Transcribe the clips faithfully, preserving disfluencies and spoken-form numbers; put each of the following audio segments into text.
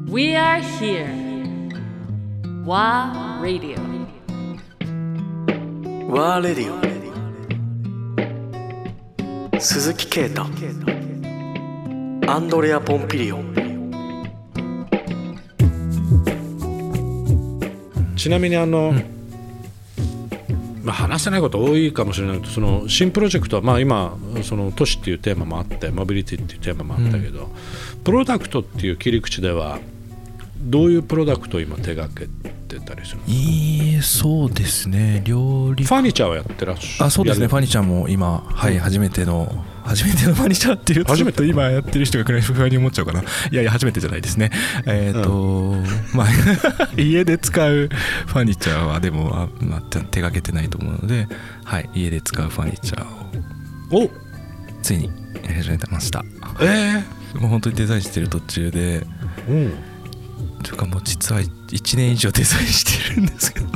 We are here. WA Radio. WA Radio。鈴木啓太、アンドレア・ポンピリオン。 ちなみにあの、うんまあ、話せないこと多いかもしれないけど、その新プロジェクトはまあ今その都市っていうテーマもあって、モビリティっていうテーマもあったけど、うん、プロダクトっていう切り口ではどういうプロダクトを今手がけてたりするの？ いいそうですね、料理ファニチャーをやってらっしゃる。 あ、そうですね、ファニチャーも今、はい、うん、初めての初めてのファニチャーっていうとちょっと今やってる人がくらい不安に思っちゃうかな。いやいや初めてじゃないですね。えっ、ー、と、うん、まあ家で使うファニチャーはでも、まあ、手がけてないと思うので、はい、家で使うファニチャーをついにやり始めてました。 えー、もう本当にデザインしてる途中で、うんというかもう実はいちねん以上デザインしてるんですけど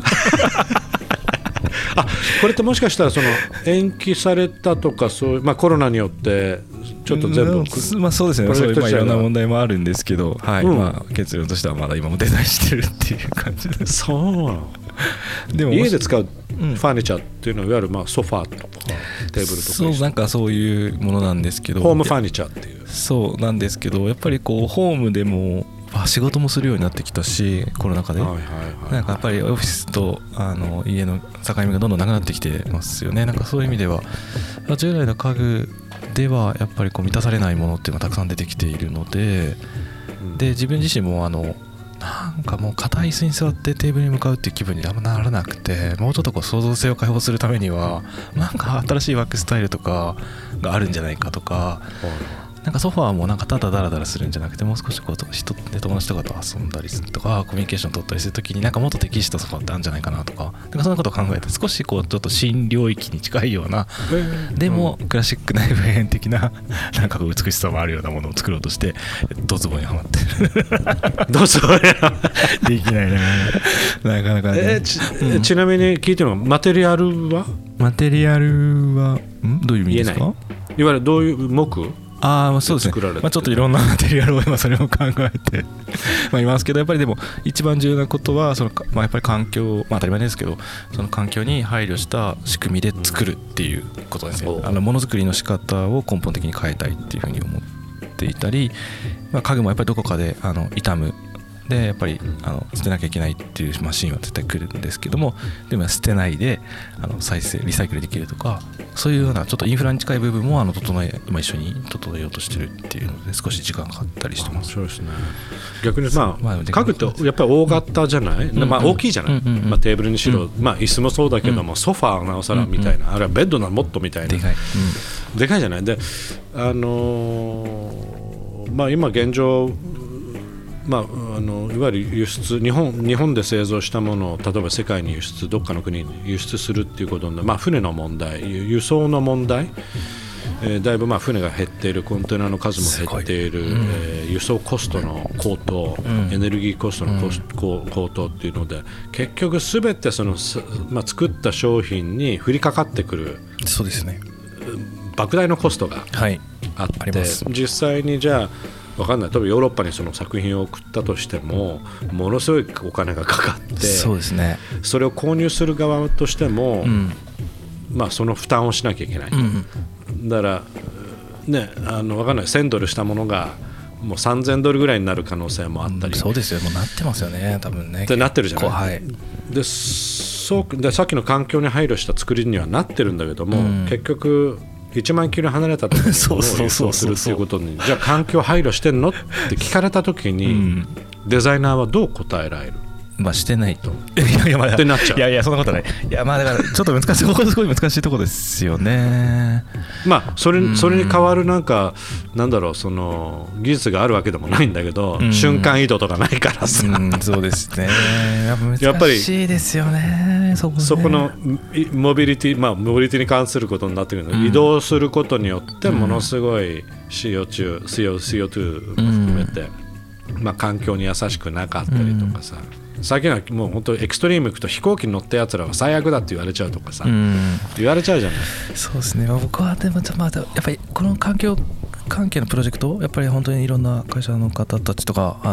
あ、これってもしかしたらその延期されたとかそういう、まあ、コロナによってちょっと全部、うん、 まあ、そうですね、そういうまあいろんな問題もあるんですけど、はい、うん、まあ、結論としてはまだ今もデザインしてるっていう感じです。 そうなの。でも家で使うファニチャーっていうのは、いわゆるまあソファーとかテーブルとか、 そうなんかそういうものなんですけど、 ホームファニチャーっていう。そうなんですけど、やっぱりこうホームでも仕事もするようになってきたし、コロナ禍で、はいはいはい、なんかやっぱりオフィスとあの家の境目がどんどんなくなってきてますよね。なんかそういう意味では従来の家具ではやっぱりこう満たされないものっていうのがたくさん出てきているので、うん、で自分自身もあのなんかもう硬い椅子に座ってテーブルに向かうっていう気分にあんまならなくて、もうちょっとこう創造性を解放するためにはなんか新しいワークスタイルとかがあるんじゃないかとか、なんかソファーもなんかただダラダラするんじゃなくて、もう少しこう人で友達とかと遊んだりするとかコミュニケーション取ったりするときになんかもっと適したソファーってあるんじゃないかなとか、なんかそんなことを考えて少しこうちょっと新領域に近いような、でもクラシックな普遍的ななんか美しさもあるようなものを作ろうとしてドツボにはまってる。 ドツボにはできないな、なかなかね。 えー、ち, うん、ちなみに聞いてるのマテリアルはマテリアルはんどういう意味ですか？ いわゆるどういう木ああ、そうですね、まあ、ちょっといろんなマテリアルを今それを考えてまあいますけど、やっぱりでも一番重要なことはその、まあ、やっぱり環境、まあ、当たり前ですけど、その環境に配慮した仕組みで作るっていうことですね。あのものづくりの仕方を根本的に変えたいっていうふうに思っていたり、まあ、家具もやっぱりどこかであの傷むでやっぱりあの捨てなきゃいけないっていうマシンは絶対来るんですけども、でも捨てないであの再生リサイクルできるとか、そういうようなちょっとインフラに近い部分もあの整え今一緒に整えようとしてるっていうので少し時間かかったりしてます。 そうですね。逆にまあ、まあ、家具ってやっぱり大型じゃない、うんうん、まあ、大きいじゃない、うんうんうん、まあ、テーブルにしろ、うん、まあ、椅子もそうだけども、うん、ソファーなおさらみたいな、うんうん、あるいはベッドなもっとみたいなでかい、 うん、でかいじゃない。で、あのー、まあ今現状まあ、あのいわゆる輸出 日本、日本で製造したものを例えば世界に輸出どっかの国に輸出するっていうことで、まあ、船の問題、輸送の問題、えー、だいぶまあ船が減っている、コンテナの数も減っている、うん、えー、輸送コストの高騰、うん、エネルギーコストのコスト、うん、高騰っていうので結局すべてその、まあ、作った商品に降りかかってくる、 そうですね、 莫大なコストがあって、はい、あります。 実際にじゃあ分かんない、例えばヨーロッパにその作品を送ったとしてもものすごいお金がかかって、 そうですね、 それを購入する側としても、うん、まあ、その負担をしなきゃいけない、うんうん、だからね、あの分かんない、せんドルしたものがもうさんぜんドルぐらいになる可能性もあったり、 うん、そうですよ、もうなってますよね、多分ね、 ってなってるじゃない、 はい、 でそうでさっきの環境に配慮した作りにはなってるんだけども、うん、結局いちまんキロ離れたところに物を輸送するっていうことにじゃあ環境配慮してんのって聞かれたときに、うん、デザイナーはどう答えられる？ まあ、してないといやいや、まあ、ってなっちゃう。 いやいや、そんなことない。いや、まあだからちょっと難しい、ここすごい難しいところですよね。 まあそれ、それに代わるなんかなんだろう、その技術があるわけでもないんだけど、瞬間移動とかないからさ、 うん、そうですね。やっぱり難しいですよね。そこね、 そこのモビリティ、まあモビリティに関することになってくるの、うん、移動することによってものすごい シーオーツー、シーオーツー も含めて、うん、まあ環境に優しくなかったりとかさ。うん、最近はもう本当エクストリーム行くと飛行機に乗ったやつらは最悪だって言われちゃうとかさ、うん、言われちゃうじゃない。 そうですね、僕はでもまだやっぱりこの環境関係のプロジェクトやっぱり本当にいろんな会社の方たちとかあの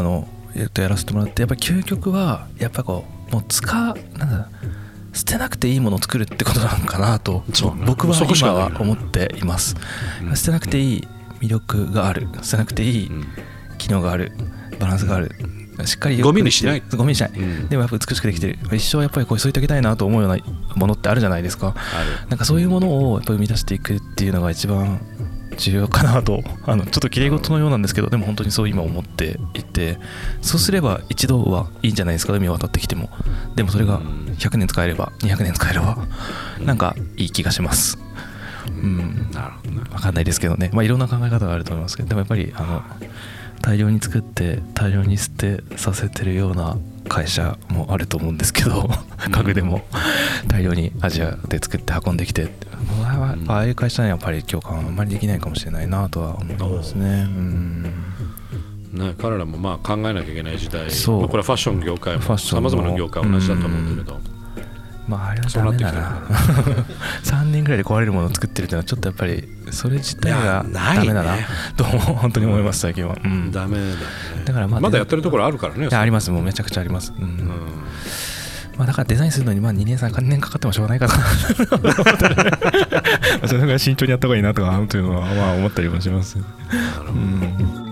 えっとやらせてもらって、やっぱり究極はやっぱこうもう使うなんだ捨てなくていいものを作るってことなのかなと僕は今は思っています。うん、捨てなくていい魅力がある、捨てなくていい機能がある、バランスがある、しっかりゴミにしない、 ゴミにしない、うん、でもやっぱ美しくできてる、一生やっぱりこう添い遂げたいなと思うようなものってあるじゃないですか。なんかそういうものをやっぱり生み出していくっていうのが一番重要かなと、あのちょっと綺麗事のようなんですけど、でも本当にそう今思っていて、そうすれば一度はいいんじゃないですか、海を渡ってきても。でもそれがひゃくねん使えればにひゃくねん使えればなんかいい気がします。うん、なるほどね。分かんないですけどね、まあいろんな考え方があると思いますけど、でもやっぱりあの大量に作って大量に捨てさせてるような会社もあると思うんですけど、家具でも大量にアジアで作って運んできて、ああいう会社にはやっぱり共感はあんまりできないかもしれないなとは思いますね。うんね、彼らもまあ考えなきゃいけない時代、 そう、 まあ、これはファッション業界もさまざまな業界同じだと思うんだけど、 まああれはダメだなさんねんぐらいで壊れるものを作ってるっていうのはちょっとやっぱりそれ自体がダメだなと本当に思います最近は。うん、 ダメだね。 だからまあまだやってるところあるからね。 あります、もうめちゃくちゃあります。うん、うん、まあ、だからデザインするのにまあにねんさんねんかかってもしょうがないかなそれぐらい慎重にやった方がいいなとかというのはまあ思ったりもします。なるほど。うん